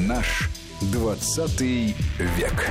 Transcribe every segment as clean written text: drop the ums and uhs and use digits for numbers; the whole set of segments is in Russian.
Наш 20 век.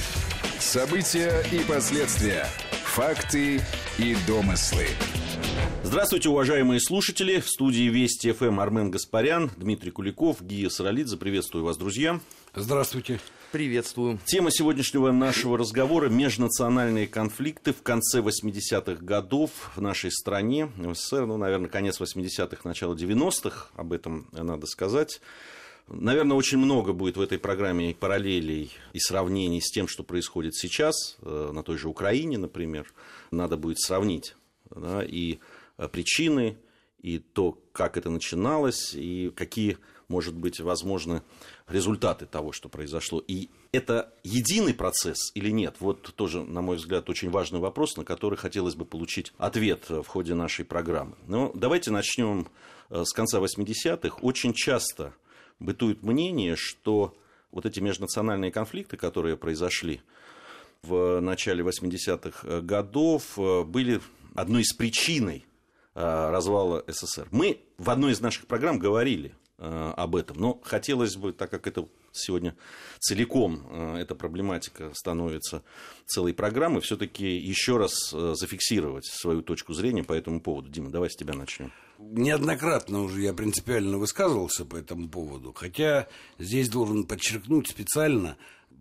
События и последствия. Факты и домыслы. Здравствуйте, уважаемые слушатели. В студии Вести ФМ Армен Гаспарян, Дмитрий Куликов, Гия Саралидзе. Приветствую вас, друзья. Здравствуйте. Приветствую. Тема сегодняшнего нашего разговора – межнациональные конфликты в конце 80-х годов в нашей стране, в СССР, наверное, конец 80-х, начало 90-х, об этом надо сказать. Наверное, очень много будет в этой программе и параллелей, и сравнений с тем, что происходит сейчас, на той же Украине, например. Надо будет сравнить, да, и причины, и то, как это начиналось, и какие, может быть, возможны результаты того, что произошло. И это единый процесс или нет? Вот тоже, на мой взгляд, очень важный вопрос, на который хотелось бы получить ответ в ходе нашей программы. Но давайте начнем с конца 80-х. Очень часто бытует мнение, что вот эти межнациональные конфликты, которые произошли в начале 80-х годов, были одной из причин развала СССР. Мы в одной из наших программ говорили об этом, но хотелось бы, так как это сегодня целиком эта проблематика становится целой программой, все-таки еще раз зафиксировать свою точку зрения по этому поводу. Дима, давай с тебя начнем. Неоднократно уже я принципиально высказывался по этому поводу, хотя здесь должен подчеркнуть специально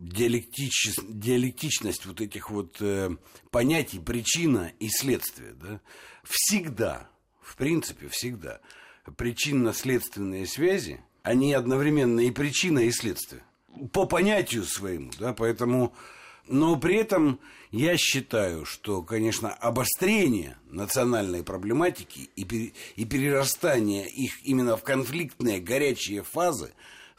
диалектичность вот этих вот понятий причина и следствие. Да? Всегда, в принципе, всегда причинно-следственные связи, они одновременно и причина, и следствие. По понятию своему, да, поэтому... Но при этом я считаю, что, конечно, обострение национальной проблематики и перерастание их именно в конфликтные горячие фазы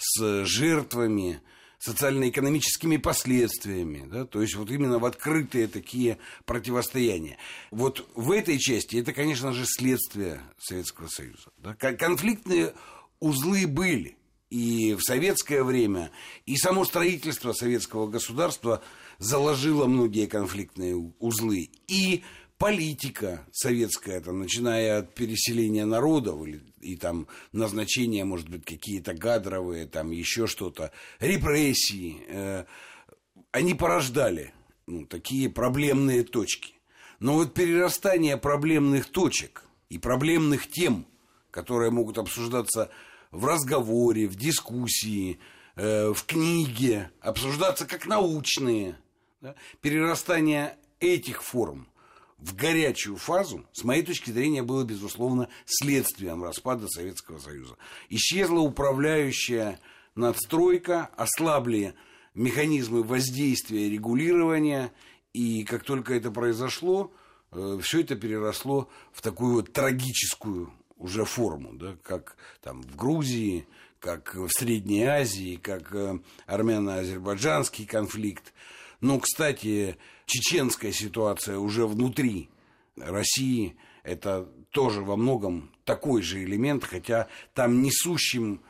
с жертвами, социально-экономическими последствиями, да, то есть вот именно в открытые такие противостояния. Вот в этой части это, конечно же, следствие Советского Союза. Да. Конфликтные узлы были и в советское время, и само строительство советского государства заложило многие конфликтные узлы, и политика советская, там, начиная от переселения народов и там назначения, может быть, какие-то кадровые, там еще что-то, репрессии, они порождали такие проблемные точки. Но вот перерастание проблемных точек и проблемных тем, которые могут обсуждаться в разговоре, в дискуссии, в книге, обсуждаться как научные, да, перерастание этих форм в горячую фазу, с моей точки зрения, было, безусловно, следствием распада Советского Союза. Исчезла управляющая надстройка, ослабли механизмы воздействия и регулирования, и как только это произошло, все это переросло в такую вот трагическую уже форму, да, как там в Грузии, как в Средней Азии, как армяно-азербайджанский конфликт. Но, кстати, чеченская ситуация уже внутри России, это тоже во многом такой же элемент, хотя там несущим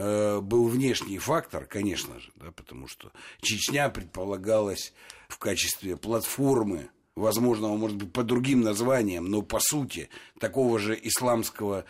был внешний фактор, конечно же, да, потому что Чечня предполагалась в качестве платформы, возможного, может быть, по другим названиям, но по сути такого же исламского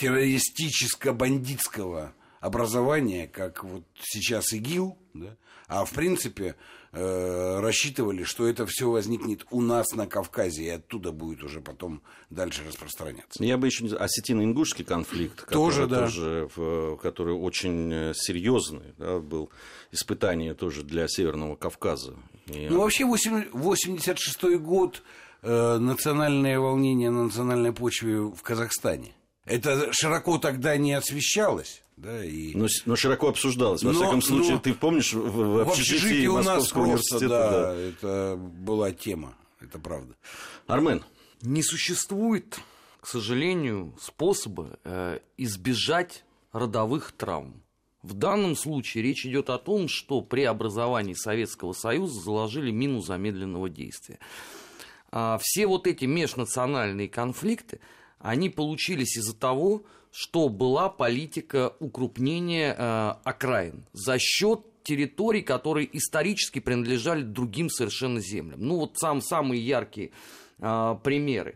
террористическо-бандитского образования, как вот сейчас ИГИЛ, да? А в принципе рассчитывали, что это все возникнет у нас на Кавказе, и оттуда будет уже потом дальше распространяться. Я бы еще осетино-ингушский конфликт, тоже, который очень серьезный, да, был испытание тоже для Северного Кавказа. Ну, вообще, 86-й год, национальное волнение на национальной почве в Казахстане. Это широко тогда не освещалось. Да, но широко обсуждалось. Во всяком случае, ты помнишь, в общежитии Московского университета. Да, это была тема, это правда. Армен. Не существует, к сожалению, способа избежать родовых травм. В данном случае речь идет о том, что при образовании Советского Союза заложили мину замедленного действия. Все вот эти межнациональные конфликты, они получились из-за того, что была политика укрупнения окраин за счет территорий, которые исторически принадлежали другим совершенно землям. Ну вот самые яркие примеры.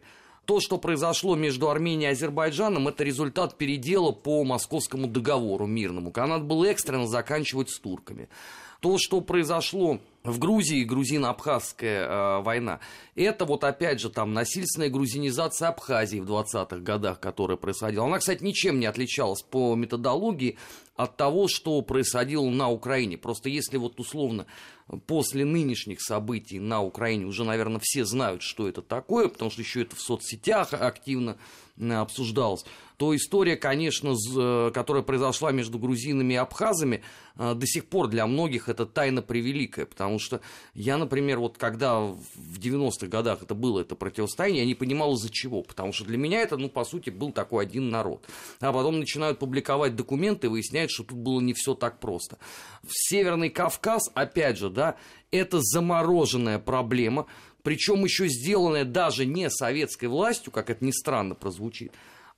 То, что произошло между Арменией и Азербайджаном, это результат передела по Московскому договору мирному. Когда надо было экстренно заканчивать с турками. То, что произошло в Грузии, грузино-абхазская война, это вот опять же там насильственная грузинизация Абхазии в 20-х годах, которая происходила. Она, кстати, ничем не отличалась по методологии от того, что происходило на Украине. Просто если вот условно после нынешних событий на Украине уже, наверное, все знают, что это такое, потому что еще это в соцсетях активно обсуждалось, то история, конечно, которая произошла между грузинами и абхазами, до сих пор для многих это тайна превеликая, потому что я, например, вот когда в 90-х годах это было, это противостояние, я не понимал из-за чего, потому что для меня это, ну, по сути, был такой один народ. А потом начинают публиковать документы и выясняют, что тут было не все так просто. В Северный Кавказ, опять же, да, это замороженная проблема, причем еще сделанная даже не советской властью, как это ни странно прозвучит,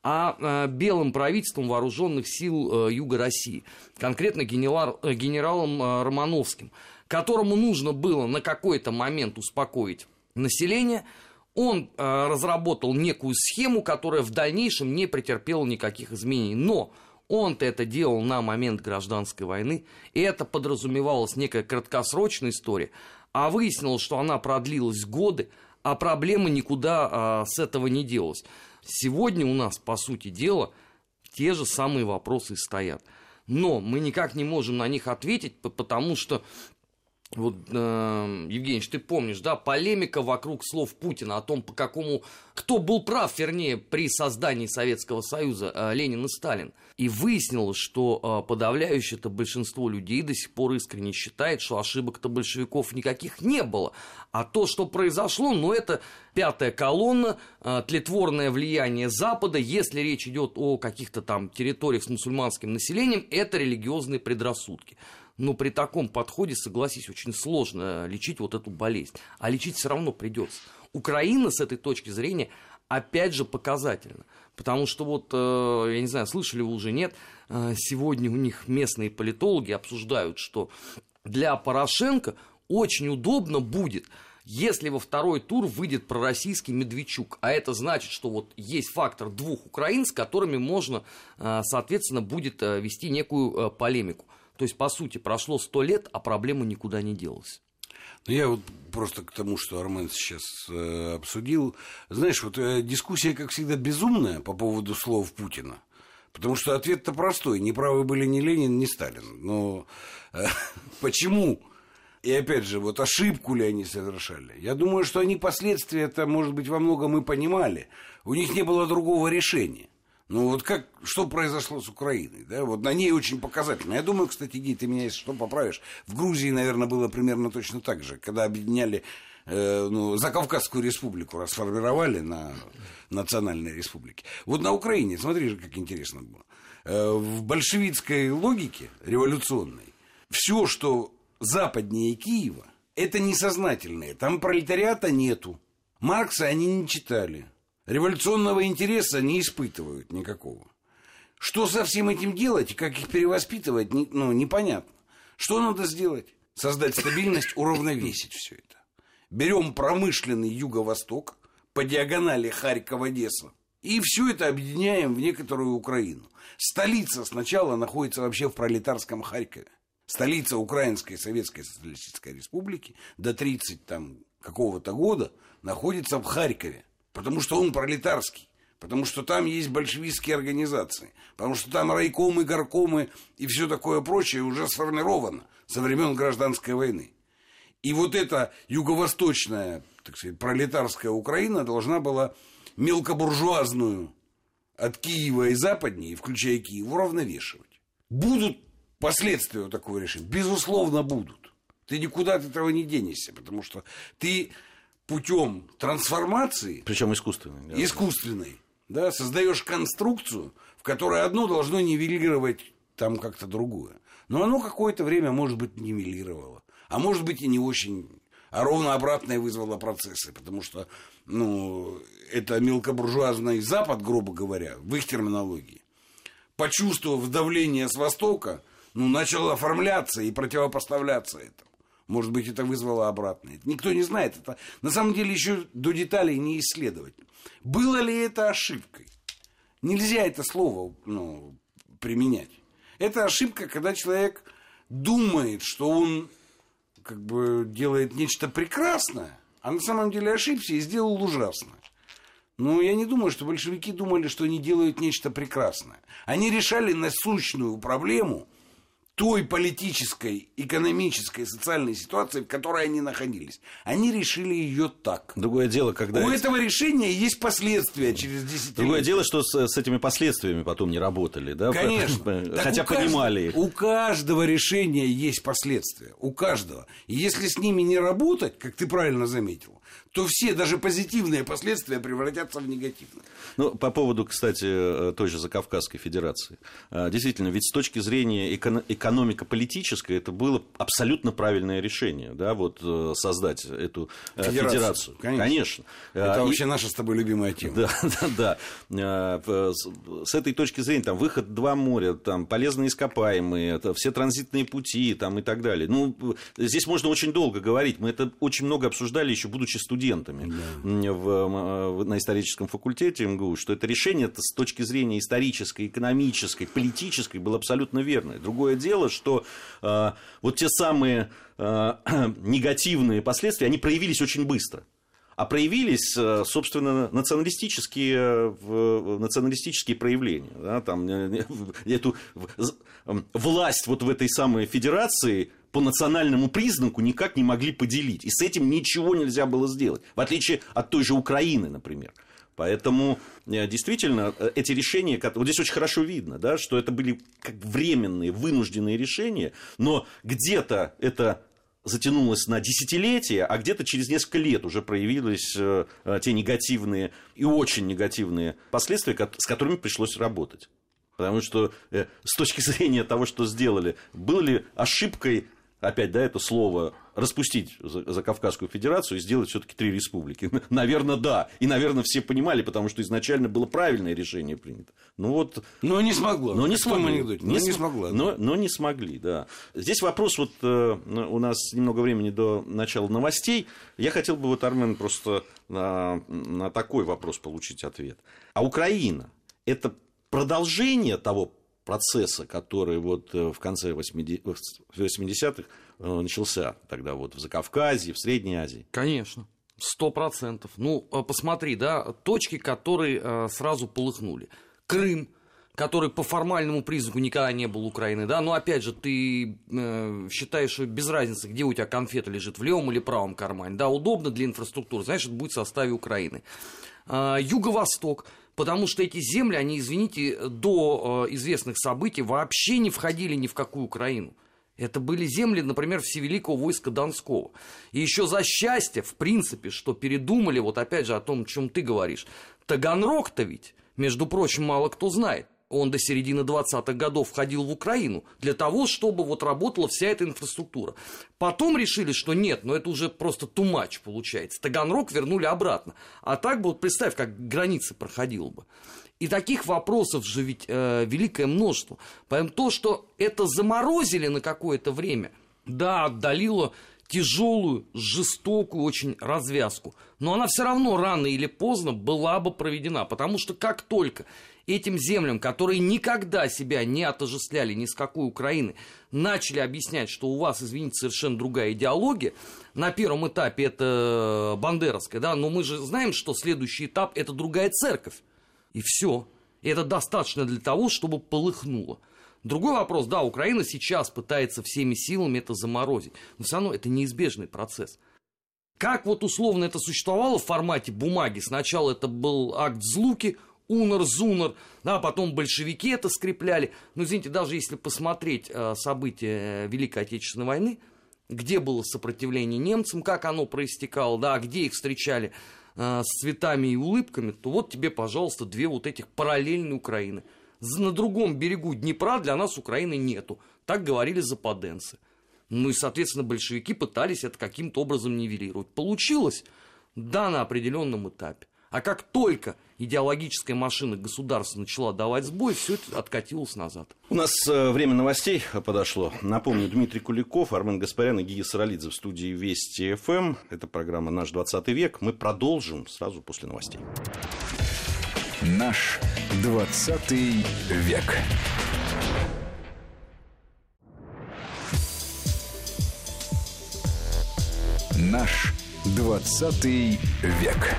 а белым правительством вооруженных сил Юга России, конкретно генералом Романовским, которому нужно было на какой-то момент успокоить население. Он разработал некую схему, которая в дальнейшем не претерпела никаких изменений. Но он-то это делал на момент гражданской войны, и это подразумевалась некая краткосрочная история, а выяснилось, что она продлилась годы, а проблема никуда с этого не делась. Сегодня у нас, по сути дела, те же самые вопросы стоят. Но мы никак не можем на них ответить, потому что, вот, Евгений, ты помнишь, да, полемика вокруг слов Путина о том, по какому, кто был прав, вернее, при создании Советского Союза, Ленин и Сталин. И выяснилось, что подавляющее-то большинство людей до сих пор искренне считает, что ошибок-то большевиков никаких не было. А то, что произошло, ну, это пятая колонна, тлетворное влияние Запада. Если речь идет о каких-то там территориях с мусульманским населением, это религиозные предрассудки. Но при таком подходе, согласись, очень сложно лечить вот эту болезнь. А лечить все равно придется. Украина с этой точки зрения опять же показательна. Потому что вот, я не знаю, слышали вы уже, нет, сегодня у них местные политологи обсуждают, что для Порошенко очень удобно будет, если во второй тур выйдет пророссийский Медведчук. А это значит, что вот есть фактор двух Украин, с которыми можно, соответственно, будет вести некую полемику. То есть, по сути, прошло 100 лет, а проблема никуда не делась. Ну, я вот просто к тому, что Армен сейчас обсудил. Знаешь, вот дискуссия, как всегда, безумная по поводу слов Путина. Потому что ответ-то простой. Не правы были ни Ленин, ни Сталин. Но почему? И опять же, вот ошибку ли они совершали? Я думаю, что они последствия-то, может быть, во многом и понимали. У них не было другого решения. Ну, вот как, что произошло с Украиной, да, вот на ней очень показательно. Я думаю, кстати, Гей, ты меня, если что, поправишь, в Грузии, наверное, было примерно точно так же, когда объединяли, Закавказскую республику, расформировали на национальные республики. Вот на Украине, смотри же, как интересно было. В большевистской логике, революционной, все, что западнее Киева, это несознательное, там пролетариата нету, Маркса они не читали. Революционного интереса не испытывают никакого. Что со всем этим делать и как их перевоспитывать, непонятно. Что надо сделать? Создать стабильность, уравновесить все это. Берем промышленный Юго-Восток по диагонали Харьков-Одесса и все это объединяем в некоторую Украину. Столица сначала находится вообще в пролетарском Харькове. Столица Украинской Советской Социалистической Республики до 30 там какого-то года находится в Харькове. Потому что он пролетарский, потому что там есть большевистские организации, потому что там райкомы, горкомы и все такое прочее уже сформировано со времен гражданской войны. И вот эта юго-восточная, так сказать, пролетарская Украина должна была мелкобуржуазную от Киева и западнее, включая Киев, уравновешивать. Будут последствия такого решения? Безусловно, будут. Ты никуда от этого не денешься, потому что ты путем трансформации, причем искусственной, да. Искусственной, да, создаешь конструкцию, в которой одно должно нивелировать там как-то другое. Но оно какое-то время, может быть, нивелировало. А может быть, и не очень, а ровно обратное вызвало процессы. Потому что, это мелкобуржуазный Запад, грубо говоря, в их терминологии, почувствовав давление с Востока, начал оформляться и противопоставляться этому. Может быть, это вызвало обратное. Никто не знает. Это на самом деле еще до деталей не исследовать. Было ли это ошибкой? Нельзя это слово применять. Это ошибка, когда человек думает, что он как бы делает нечто прекрасное, а на самом деле ошибся и сделал ужасное. Но я не думаю, что большевики думали, что они делают нечто прекрасное. Они решали насущную проблему той политической, экономической, социальной ситуации, в которой они находились. Они решили ее так. Другое дело, когда... У этого решения есть последствия через десятилетия. Другое дело, что с этими последствиями потом не работали, да? Конечно. Хотя понимали их. У каждого решения есть последствия. У каждого. И если с ними не работать, как ты правильно заметил, то все, даже позитивные последствия превратятся в негативные. Ну, по поводу, кстати, той же Закавказской Федерации. Действительно, ведь с точки зрения экономико-политической это было абсолютно правильное решение, да, вот создать эту федерацию. Конечно. Это вообще наша с тобой любимая тема. Да. С этой точки зрения, там, выход 2 моря, там, полезные ископаемые, все транзитные пути, там, и так далее. Ну, здесь можно очень долго говорить. Мы это очень много обсуждали, еще будучи студентами на историческом факультете МГУ, что это решение с точки зрения исторической, экономической, политической было абсолютно верное. Другое дело, что вот те самые негативные последствия, они проявились очень быстро. А проявились, собственно, националистические проявления. Да, там, эту власть вот в этой самой федерации по национальному признаку никак не могли поделить. И с этим ничего нельзя было сделать. В отличие от той же Украины, например. Поэтому, действительно, эти решения... Вот здесь очень хорошо видно, да, что это были как временные, вынужденные решения, но где-то это затянулось на десятилетия, а где-то через несколько лет уже проявились те негативные и очень негативные последствия, с которыми пришлось работать. Потому что с точки зрения того, что сделали, было ли ошибкой, опять, да, это слово, распустить Закавказскую Федерацию и сделать все-таки 3 республики? Наверное, да. И, наверное, все понимали, потому что изначально было правильное решение принято. Но не смогло. Но не смогли, да. Здесь вопрос, вот у нас немного времени до начала новостей. Я хотел бы, вот, Армен, просто на такой вопрос получить ответ. А Украина – это продолжение того процесса, который вот в конце 80-х начался тогда вот в Закавказье, в Средней Азии? Конечно, 100%. Ну, посмотри, да, точки, которые сразу полыхнули. Крым, который по формальному признаку никогда не был Украиной, да, но опять же, ты считаешь, что без разницы, где у тебя конфета лежит, в левом или правом кармане, да, удобно для инфраструктуры, значит, это будет в составе Украины. Юго-Восток, потому что эти земли, они, извините, до известных событий вообще не входили ни в какую Украину. Это были земли, например, Всевеликого войска Донского. И еще за счастье, в принципе, что передумали, вот опять же о том, о чем ты говоришь. Таганрог-то ведь, между прочим, мало кто знает. Он до середины 20-х годов входил в Украину для того, чтобы вот работала вся эта инфраструктура. Потом решили, что нет, но это уже просто too much получается. Таганрог вернули обратно. А так бы, вот представь, как граница проходила бы. И таких вопросов же ведь великое множество. Поэтому то, что это заморозили на какое-то время, да, отдалило тяжелую, жестокую очень развязку. Но она все равно рано или поздно была бы проведена. Потому что как только этим землям, которые никогда себя не отождествляли ни с какой Украины, начали объяснять, что у вас, извините, совершенно другая идеология, на первом этапе это бандеровская, да, но мы же знаем, что следующий этап это другая церковь. И все. И это достаточно для того, чтобы полыхнуло. Другой вопрос, да, Украина сейчас пытается всеми силами это заморозить, но все равно это неизбежный процесс. Как вот условно это существовало в формате бумаги? Сначала это был акт злуки, унор-зунор, да, потом большевики это скрепляли. Но, извините, даже если посмотреть события Великой Отечественной войны, где было сопротивление немцам, как оно проистекало, да, где их встречали с цветами и улыбками, то вот тебе, пожалуйста, 2 вот этих параллельные Украины. На другом берегу Днепра для нас Украины нету. Так говорили западенцы. Ну и, соответственно, большевики пытались это каким-то образом нивелировать. Получилось? Да, на определенном этапе. А как только идеологическая машина государства начала давать сбой, все это откатилось назад. У нас время новостей подошло. Напомню, Дмитрий Куликов, Армен Гаспарян и Гия Саралидзе в студии Вести ФМ. Это программа «Наш 20 век». Мы продолжим сразу после новостей. Наш 20 век. Наш 20 век.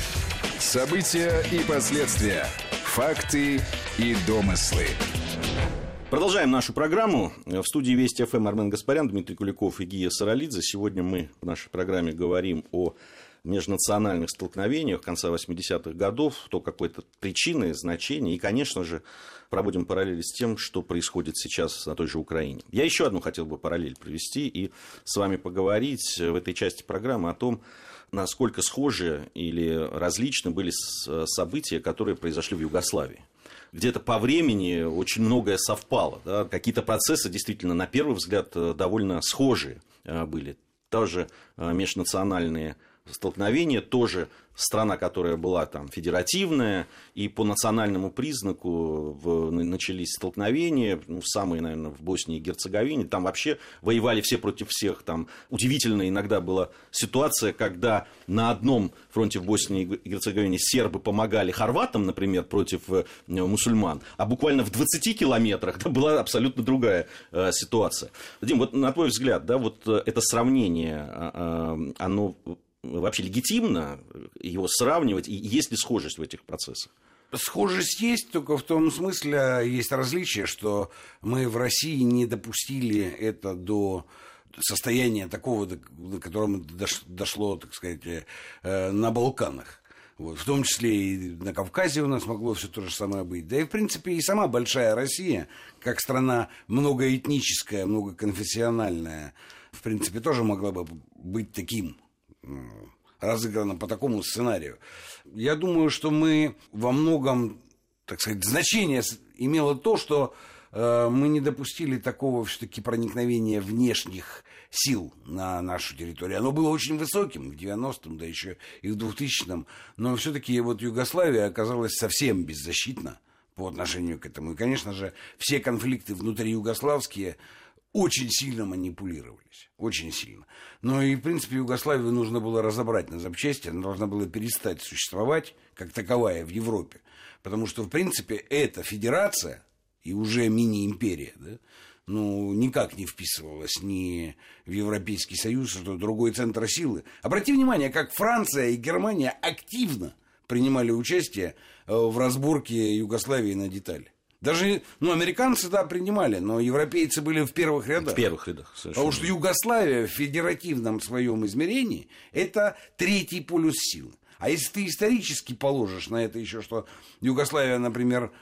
События и последствия. Факты и домыслы. Продолжаем нашу программу. В студии Вести ФМ Армен Гаспарян, Дмитрий Куликов и Гия Саралидзе. Сегодня мы в нашей программе говорим о межнациональных столкновениях конца 80-х годов, то какой-то причины, значения, и, конечно же, проводим параллели с тем, что происходит сейчас на той же Украине. Я еще одну хотел бы параллель провести и с вами поговорить в этой части программы о том, насколько схожи или различны были события, которые произошли в Югославии. Где-то по времени очень многое совпало. Да? Какие-то процессы действительно, на первый взгляд, довольно схожие были. Тоже межнациональные столкновения, тоже страна, которая была там федеративная, и по национальному признаку начались столкновения, самые, наверное, в Боснии и Герцеговине, там вообще воевали все против всех, там удивительная иногда была ситуация, когда на одном фронте в Боснии и Герцеговине сербы помогали хорватам, например, против мусульман, а буквально в 20 километрах это была абсолютно другая ситуация. Дим, вот на твой взгляд, да, вот это сравнение, оно вообще легитимно его сравнивать, и есть ли схожесть в этих процессах? Схожесть есть, только в том смысле есть различие, что мы в России не допустили это до состояния такого, до которого дошло, так сказать, на Балканах. Вот, в том числе и на Кавказе у нас могло все то же самое быть. Да и, в принципе, и сама большая Россия, как страна многоэтническая, многоконфессиональная, в принципе, тоже могла бы быть таким, разыграно по такому сценарию. Я думаю, что мы во многом, так сказать, значение имело то, что мы не допустили такого все-таки проникновения внешних сил на нашу территорию. Оно было очень высоким в 90-м, да еще и в 2000-м, но все-таки вот Югославия оказалась совсем беззащитна по отношению к этому. И, конечно же, все конфликты внутриюгославские очень сильно манипулировались, очень сильно. Но и, в принципе, Югославию нужно было разобрать на запчасти, она должна была перестать существовать как таковая в Европе. Потому что, в принципе, эта федерация и уже мини-империя, да, ну, никак не вписывалась ни в Европейский Союз, что другой центр силы. Обрати внимание, как Франция и Германия активно принимали участие в разборке Югославии на детали. Даже, американцы, да, принимали, но европейцы были в первых рядах. В первых рядах, совершенно. Потому что Югославия в федеративном своем измерении – это третий полюс силы. А если ты исторически положишь на это еще, что Югославия, например,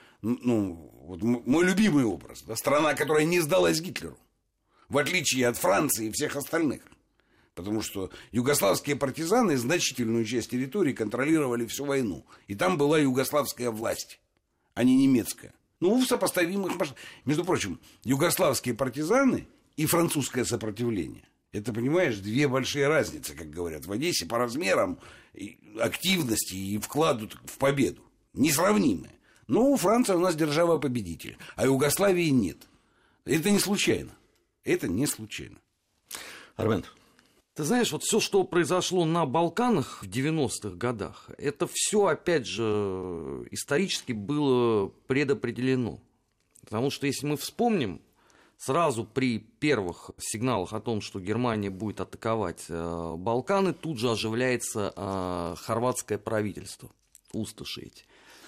вот мой любимый образ, да, страна, которая не сдалась Гитлеру, в отличие от Франции и всех остальных. Потому что югославские партизаны значительную часть территории контролировали всю войну. И там была югославская власть, а не немецкая. В сопоставимых масштабах. Между прочим, югославские партизаны и французское сопротивление. Это, понимаешь, две большие разницы, как говорят в Одессе, по размерам активности и вкладу в победу. Несравнимые. Франция у нас держава-победитель, а Югославии нет. Это не случайно. Это не случайно. Армен. Ты знаешь, вот все, что произошло на Балканах в 90-х годах, это все, опять же, исторически было предопределено. Потому что, если мы вспомним, сразу при первых сигналах о том, что Германия будет атаковать Балканы, тут же оживляется хорватское правительство, усташи эти.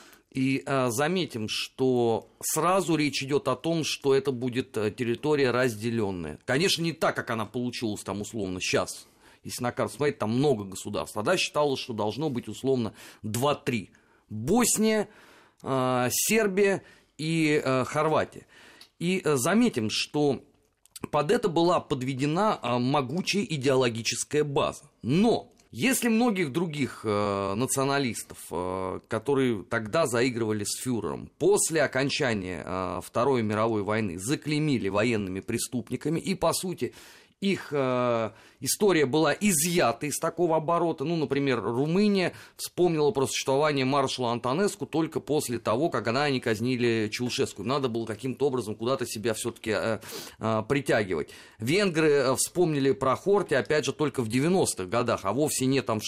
И заметим, что сразу речь идет о том, что это будет территория разделенная. Конечно, не так, как она получилась там условно сейчас. Если на карту смотреть, там много государств. Тогда считалось, что должно быть условно 2-3. Босния, Сербия и Хорватия. И заметим, что под это была подведена могучая идеологическая база. Но если многих других националистов, которые тогда заигрывали с фюрером, после окончания Второй мировой войны заклеймили военными преступниками и, по сути, их история была изъята из такого оборота. Ну, например, Румыния вспомнила про существование маршала Антонеску только после того, как они казнили Чаушеску. Надо было каким-то образом куда-то себя все-таки притягивать. Венгры вспомнили про Хорти, опять же, только в 90-х годах, а вовсе не там в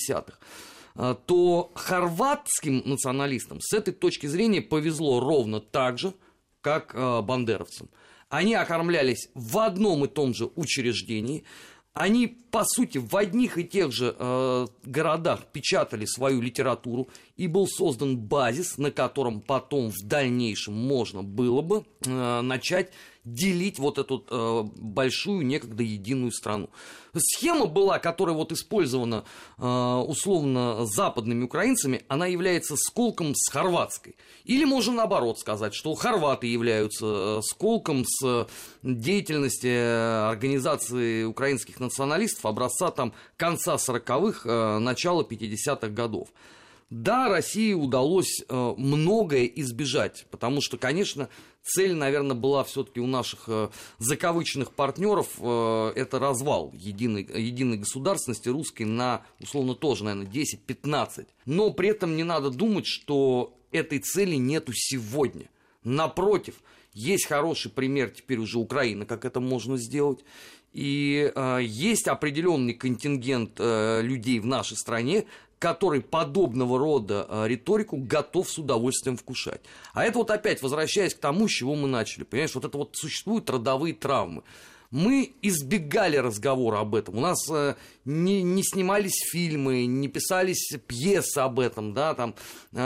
60-х. То хорватским националистам с этой точки зрения повезло ровно так же, как бандеровцам. Они окормлялись в одном и том же учреждении, они, по сути, в одних и тех же городах печатали свою литературу, и был создан базис, на котором потом в дальнейшем можно было бы начать делить вот эту большую, некогда единую страну. Схема была, которая вот использована условно западными украинцами, она является сколком с хорватской. Или можно наоборот сказать, что хорваты являются сколком с деятельности организации украинских националистов образца там конца 40-х, начала 50-х годов. Да, России удалось многое избежать, потому что, конечно, цель, наверное, была все-таки у наших закавыченных партнеров это развал единой государственности русской на, условно, тоже, наверное, 10-15. Но при этом не надо думать, что этой цели нету сегодня. Напротив, есть хороший пример теперь уже Украины, как это можно сделать. И есть определенный контингент людей в нашей стране, который подобного рода риторику готов с удовольствием вкушать. А это вот опять, возвращаясь к тому, с чего мы начали. Понимаешь, вот это вот существуют родовые травмы. Мы избегали разговора об этом. У нас не снимались фильмы, не писались пьесы об этом, да, там,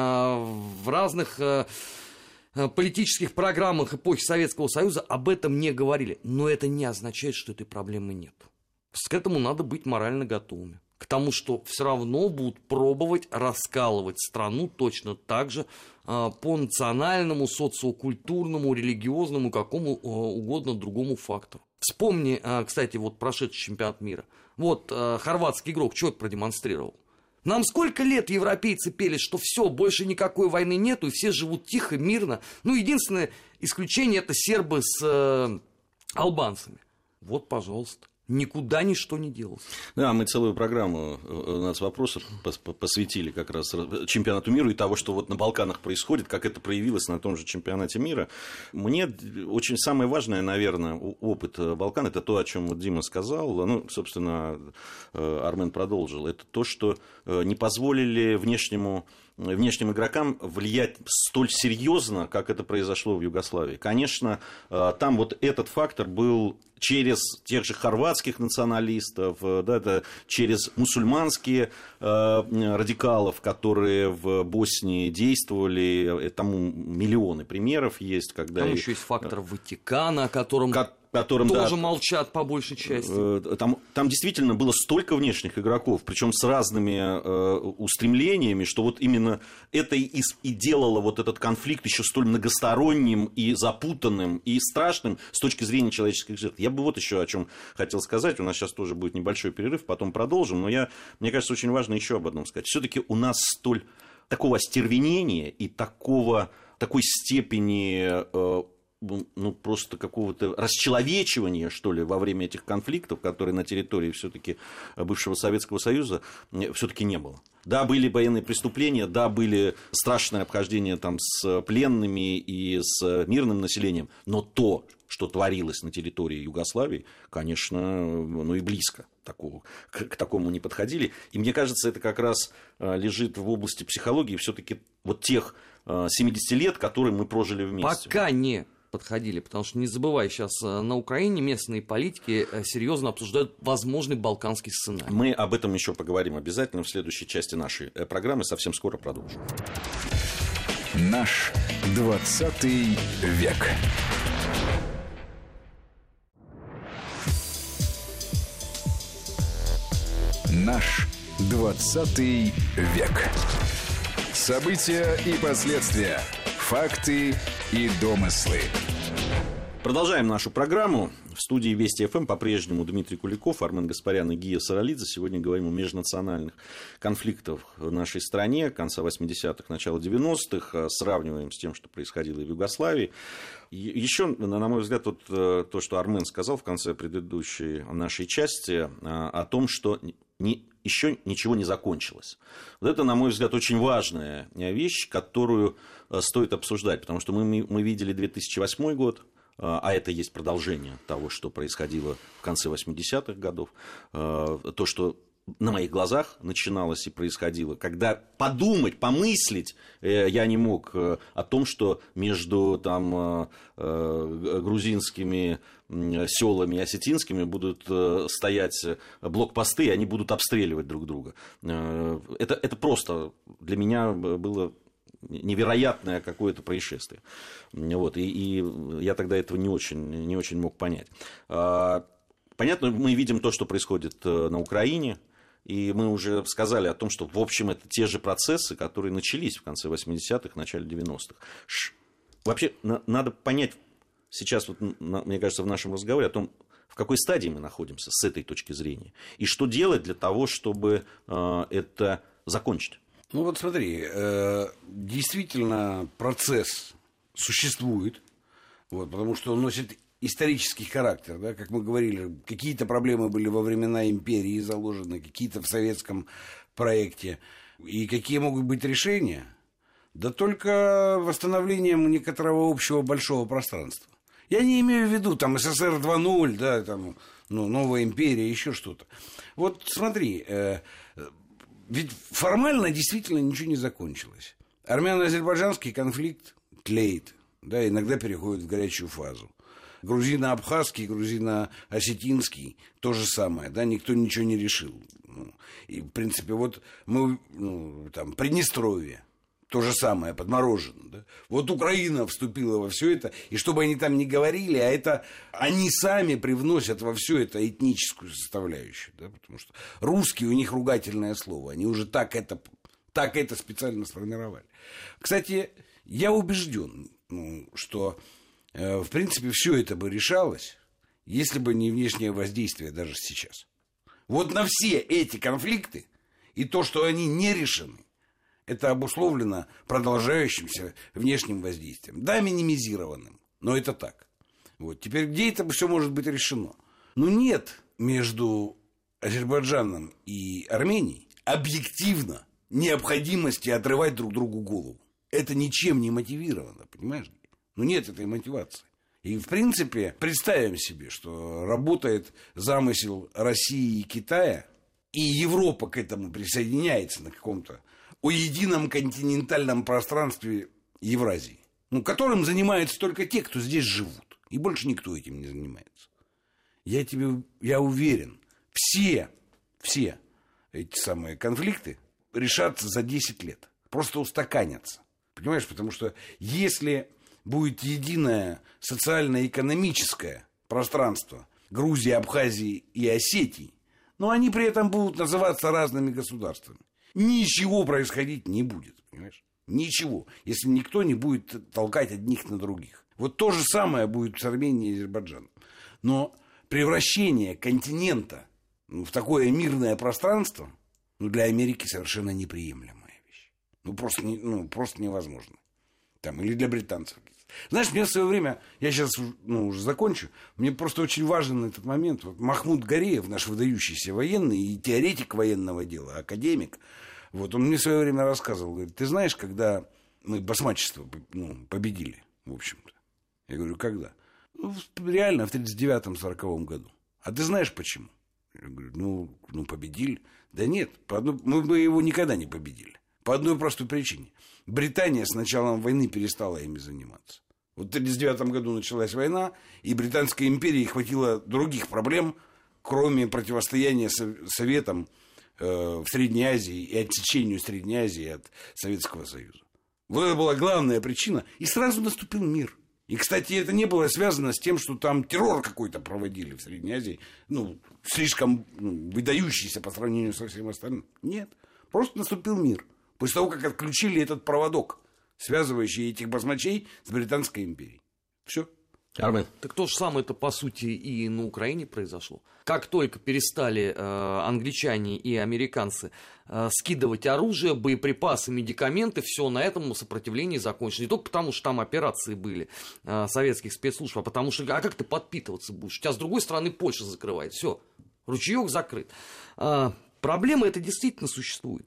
в разных политических программах эпохи Советского Союза об этом не говорили. Но это не означает, что этой проблемы нет. К этому надо быть морально готовыми. К тому, что все равно будут пробовать раскалывать страну точно так же по национальному, социокультурному, религиозному, какому угодно другому фактору. Вспомни, кстати, вот прошедший чемпионат мира. Вот хорватский игрок что это продемонстрировал? Нам сколько лет европейцы пели, что все, больше никакой войны нету, и все живут тихо, мирно. Ну, единственное исключение — это сербы с албанцами. Вот, пожалуйста. Никуда ничто не делалось. Да, мы целую программу нацвопросов посвятили как раз чемпионату мира и того, что вот на Балканах происходит, как это проявилось на том же чемпионате мира. Мне очень самое важное, наверное, опыт Балкан, это то, о чем вот Дима сказал, ну, собственно, Армен продолжил, это то, что не позволили внешним игрокам влиять столь серьезно, как это произошло в Югославии. Конечно, там вот этот фактор был через тех же хорватских националистов, да, это через мусульманские радикалов, которые в Боснии действовали. Тому миллионы примеров есть. Когда там еще есть фактор Ватикана, о котором тоже молчат по большей части. Там действительно было столько внешних игроков, причем с разными устремлениями, что вот именно это и делало вот этот конфликт еще столь многосторонним и запутанным и страшным с точки зрения человеческих жертв. Я бы вот еще о чем хотел сказать. У нас сейчас тоже будет небольшой перерыв, потом продолжим. Но мне кажется, очень важно еще об одном сказать. Все-таки у нас такого остервенения и такой степени просто какого-то расчеловечивания, что ли, во время этих конфликтов, которые на территории все-таки бывшего Советского Союза, все-таки не было. Да, были военные преступления, да, были страшные обхождения там с пленными и с мирным населением, но то, что творилось на территории Югославии, конечно, и близко к такому не подходили. И мне кажется, это как раз лежит в области психологии все-таки вот тех 70 лет, которые мы прожили вместе. Пока не подходили, потому что, не забывай, сейчас на Украине местные политики серьезно обсуждают возможный балканский сценарий. Мы об этом еще поговорим обязательно в следующей части нашей программы, совсем скоро продолжим. Наш 20 век. Наш 20 век. События и последствия. Факты и домыслы. Продолжаем нашу программу. В студии Вести ФМ по-прежнему Дмитрий Куликов, Армен Гаспарян и Гия Саралидзе. Сегодня говорим о межнациональных конфликтах в нашей стране конца 80-х, начала 90-х. Сравниваем с тем, что происходило и в Югославии. Еще, на мой взгляд, вот то, что Армен сказал в конце предыдущей нашей части, о том, что еще ничего не закончилось. Вот это, на мой взгляд, очень важная вещь, которую стоит обсуждать, потому что мы видели 2008 год, а это есть продолжение того, что происходило в конце 80-х годов, то, что на моих глазах начиналось и происходило, когда подумать, помыслить я не мог о том, что между там, грузинскими селами и осетинскими будут стоять блокпосты, и они будут обстреливать друг друга. Это просто для меня было невероятное какое-то происшествие. Вот, и я тогда этого не очень мог понять. Понятно, мы видим то, что происходит на Украине, и мы уже сказали о том, что, в общем, это те же процессы, которые начались в конце 80-х, начале 90-х. Вообще, надо понять сейчас, вот, мне кажется, в нашем разговоре о том, в какой стадии мы находимся с этой точки зрения, и что делать для того, чтобы это закончить. Ну вот смотри, действительно процесс существует, вот, потому что он носит исторический характер, да, как мы говорили, какие-то проблемы были во времена империи заложены, какие-то в советском проекте, и какие могут быть решения? Да только восстановлением некоторого общего большого пространства. Я не имею в виду там СССР 2.0, да, там, новая империя, еще что-то. Вот смотри, ведь формально действительно ничего не закончилось. Армяно-азербайджанский конфликт тлеет, да, иногда переходит в горячую фазу. Грузино-абхазский, грузино-осетинский то же самое, да, никто ничего не решил. И, в принципе, вот мы, там, Приднестровье, то же самое, подморожено. Да? Вот Украина вступила во все это, и что бы они там ни говорили, а это они сами привносят во все это этническую составляющую. Да? Потому что русский у них ругательное слово, они уже так это специально сформировали. Кстати, я убежден, что, в принципе, все это бы решалось, если бы не внешнее воздействие даже сейчас. Вот на все эти конфликты и то, что они не решены, это обусловлено продолжающимся внешним воздействием. Да, минимизированным, но это так. Вот. Теперь где это все может быть решено? Нет между Азербайджаном и Арменией объективно необходимости отрывать друг другу голову. Это ничем не мотивировано, понимаешь? Нет этой мотивации. И, в принципе, представим себе, что работает замысел России и Китая, и Европа к этому присоединяется на каком-то о едином континентальном пространстве Евразии, которым занимаются только те, кто здесь живут, и больше никто этим не занимается. Я уверен, все эти самые конфликты решатся за 10 лет, просто устаканятся, понимаешь, потому что если будет единое социально-экономическое пространство Грузии, Абхазии и Осетии, но они при этом будут называться разными государствами. Ничего происходить не будет, понимаешь? Ничего, если никто не будет толкать одних на других. Вот то же самое будет с Арменией и Азербайджаном. Но превращение континента в такое мирное пространство для Америки совершенно неприемлемая вещь. Просто невозможно. Там, или для британцев. Знаешь, мне в свое время, я сейчас уже закончу, мне просто очень важен этот момент. Вот Махмуд Гореев, наш выдающийся военный и теоретик военного дела, академик, вот он мне в свое время рассказывал, говорит, ты знаешь, когда мы басмачество победили, в общем-то? Я говорю, когда? Реально, в 1939-1940 году. А ты знаешь, почему? Я говорю, победили. Да нет, мы бы его никогда не победили. По одной простой причине. Британия с началом войны перестала ими заниматься. Вот в 1939 году началась война, и Британской империи хватило других проблем, кроме противостояния Советам в Средней Азии и отсечению Средней Азии от Советского Союза. Вот это была главная причина. И сразу наступил мир. И, кстати, это не было связано с тем, что там террор какой-то проводили в Средней Азии, слишком выдающийся по сравнению со всем остальным. Нет, просто наступил мир. После того, как отключили этот проводок, связывающий этих басмачей с Британской империей. Все. Армен. Так то же самое это, по сути, и на Украине произошло. Как только перестали англичане и американцы скидывать оружие, боеприпасы, медикаменты, все, на этом сопротивление закончилось. Не только потому, что там операции были советских спецслужб, а потому что, а как ты подпитываться будешь? У тебя, с другой стороны, Польша закрывает. Все, ручеек закрыт. Проблема эта действительно существует.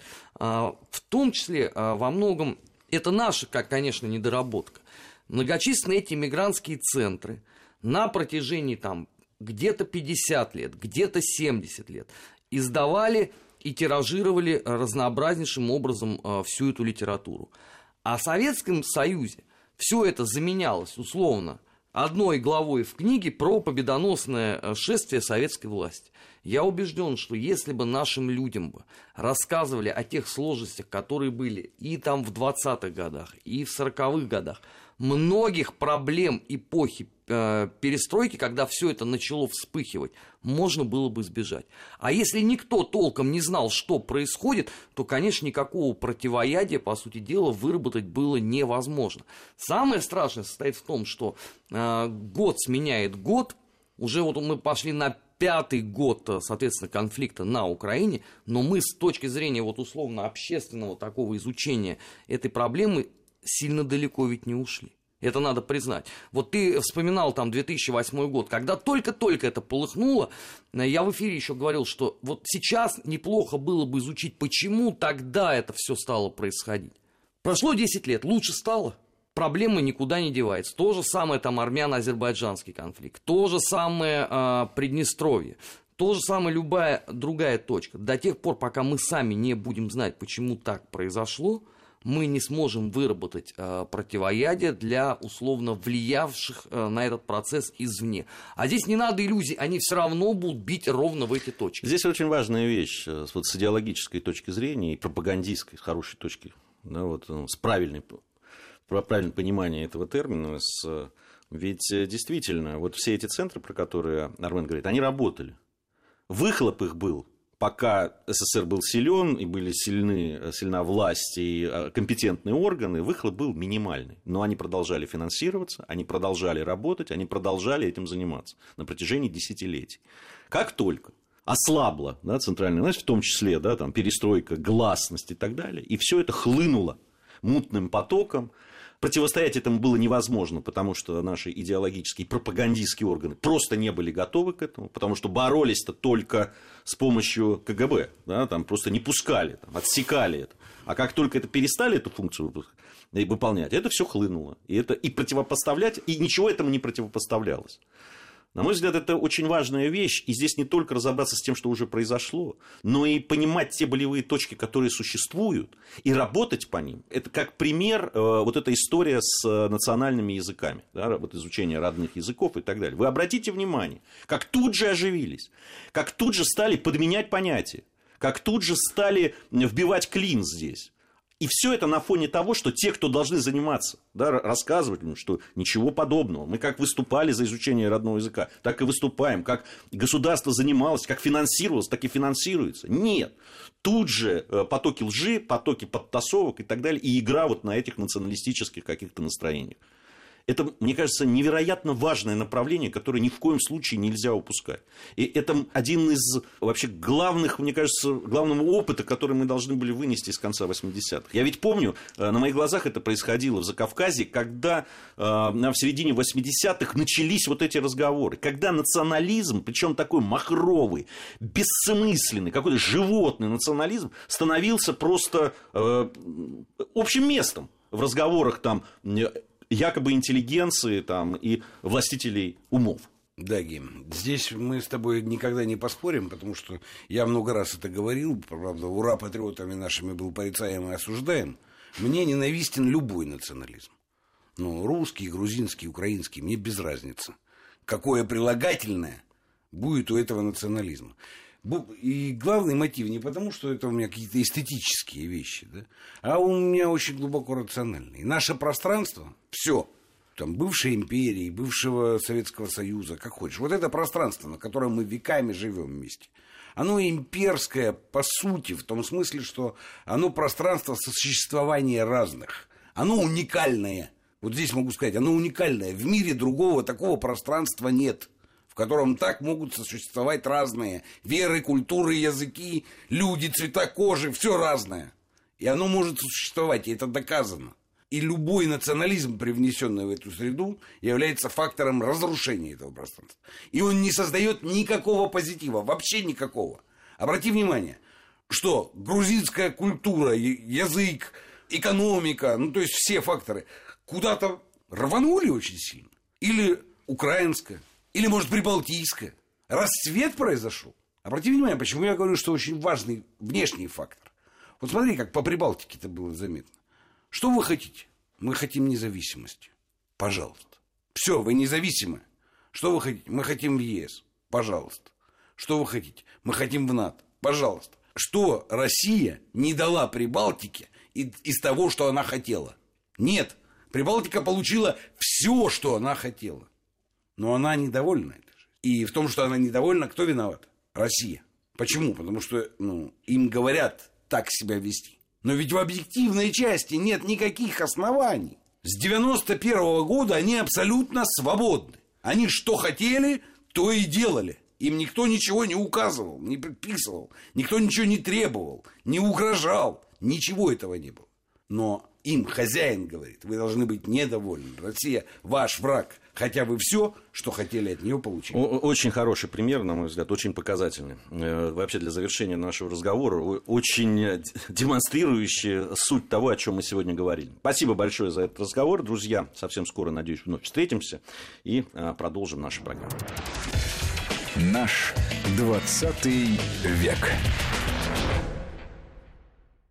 В том числе, во многом, это наша, конечно, недоработка. Многочисленные эти мигрантские центры на протяжении там где-то 50 лет, где-то 70 лет издавали и тиражировали разнообразнейшим образом всю эту литературу. А в Советском Союзе все это заменялось условно одной главой в книге про победоносное шествие советской власти. Я убежден, что если бы нашим людям бы рассказывали о тех сложностях, которые были и там в 20-х годах, и в 40-х годах, многих проблем эпохи перестройки, когда все это начало вспыхивать, можно было бы избежать. А если никто толком не знал, что происходит, то, конечно, никакого противоядия, по сути дела, выработать было невозможно. Самое страшное состоит в том, что год сменяет год, уже вот мы пошли на 5-й год, соответственно, конфликта на Украине, но мы с точки зрения вот условно общественного такого изучения этой проблемы сильно далеко ведь не ушли. Это надо признать. Вот ты вспоминал там 2008 год, когда только-только это полыхнуло, я в эфире еще говорил, что вот сейчас неплохо было бы изучить, почему тогда это все стало происходить. Прошло 10 лет, лучше стало. Проблема никуда не девается. То же самое там армяно-азербайджанский конфликт, то же самое Приднестровье, то же самое любая другая точка. До тех пор, пока мы сами не будем знать, почему так произошло, мы не сможем выработать противоядие для условно влиявших на этот процесс извне. А здесь не надо иллюзий, они все равно будут бить ровно в эти точки. Здесь очень важная вещь вот с идеологической точки зрения и пропагандистской, с хорошей точки, да, вот, с правильным пониманием этого термина. Ведь действительно, вот все эти центры, про которые Армен говорит, они работали. Выхлоп их был. Пока СССР был силен, и были сильна власть и компетентные органы, выхлоп был минимальный. Но они продолжали финансироваться, они продолжали работать, они продолжали этим заниматься на протяжении десятилетий. Как только ослабла, да, центральная власть, в том числе, да, там, перестройка, гласность и так далее, и все это хлынуло мутным потоком, противостоять этому было невозможно, потому что наши идеологические и пропагандистские органы просто не были готовы к этому, потому что боролись-то только с помощью КГБ, да, там просто не пускали, там, отсекали это. А как только это перестали эту функцию выполнять, это все хлынуло. И противопоставлять, и ничего этому не противопоставлялось. На мой взгляд, это очень важная вещь, и здесь не только разобраться с тем, что уже произошло, но и понимать те болевые точки, которые существуют, и работать по ним. Это как пример вот эта история с национальными языками, да, вот изучение родных языков и так далее. Вы обратите внимание, как тут же оживились, как тут же стали подменять понятия, как тут же стали вбивать клин здесь. И все это на фоне того, что те, кто должны заниматься, да, рассказывать, что ничего подобного. Мы как выступали за изучение родного языка, так и выступаем. Как государство занималось, как финансировалось, так и финансируется. Нет. Тут же потоки лжи, потоки подтасовок и так далее. И игра вот на этих националистических каких-то настроениях. Это, мне кажется, невероятно важное направление, которое ни в коем случае нельзя упускать. И это один из вообще главных, мне кажется, главного опыта, который мы должны были вынести с конца 80-х. Я ведь помню, на моих глазах это происходило в Закавказье, когда в середине 80-х начались вот эти разговоры. Когда национализм, причем такой махровый, бессмысленный, какой-то животный национализм, становился просто общим местом в разговорах там якобы интеллигенции там, и властителей умов. Даги, здесь мы с тобой никогда не поспорим, потому что я много раз это говорил, правда, ура патриотами нашими был порицаем и осуждаем. Мне ненавистен любой национализм. Ну, русский, грузинский, украинский, мне без разницы. Какое прилагательное будет у этого национализма. И главный мотив не потому, что это у меня какие-то эстетические вещи, да, а у меня очень глубоко рациональный. Наше пространство, все, там, бывшей империи, бывшего Советского Союза, как хочешь, вот это пространство, на котором мы веками живем вместе, оно имперское по сути, в том смысле, что оно пространство сосуществования разных, оно уникальное. Вот здесь могу сказать, оно уникальное. В мире другого такого пространства нет, в котором так могут сосуществовать разные веры, культуры, языки, люди, цвета кожи, все разное. И оно может существовать, и это доказано. И любой национализм, привнесенный в эту среду, является фактором разрушения этого пространства. И он не создает никакого позитива, вообще никакого. Обрати внимание, что грузинская культура, язык, экономика, ну то есть все факторы куда-то рванули очень сильно. Или украинская, или, может, прибалтийская. Расцвет произошел. Обрати внимание, почему я говорю, что очень важный внешний фактор. Вот смотри, как по Прибалтике это было заметно. Что вы хотите? Мы хотим независимости. Пожалуйста. Все, вы независимы. Что вы хотите? Мы хотим в ЕС. Пожалуйста. Что вы хотите? Мы хотим в НАТО. Пожалуйста. Что Россия не дала Прибалтике из того, что она хотела? Нет. Прибалтика получила все, что она хотела. Но она недовольна этой жизнью. И в том, что она недовольна, кто виноват? Россия. Почему? Потому что им говорят так себя вести. Но ведь в объективной части нет никаких оснований. С 91 года они абсолютно свободны. Они что хотели, то и делали. Им никто ничего не указывал, не предписывал, никто ничего не требовал, не угрожал. Ничего этого не было. Но им хозяин говорит, вы должны быть недовольны. Россия ваш враг, хотя вы все, что хотели от нее, получили. Очень хороший пример, на мой взгляд, очень показательный. Вообще для завершения нашего разговора, очень демонстрирующий суть того, о чем мы сегодня говорили. Спасибо большое за этот разговор, друзья. Совсем скоро, надеюсь, вновь встретимся и продолжим нашу программу. Наш 20 век.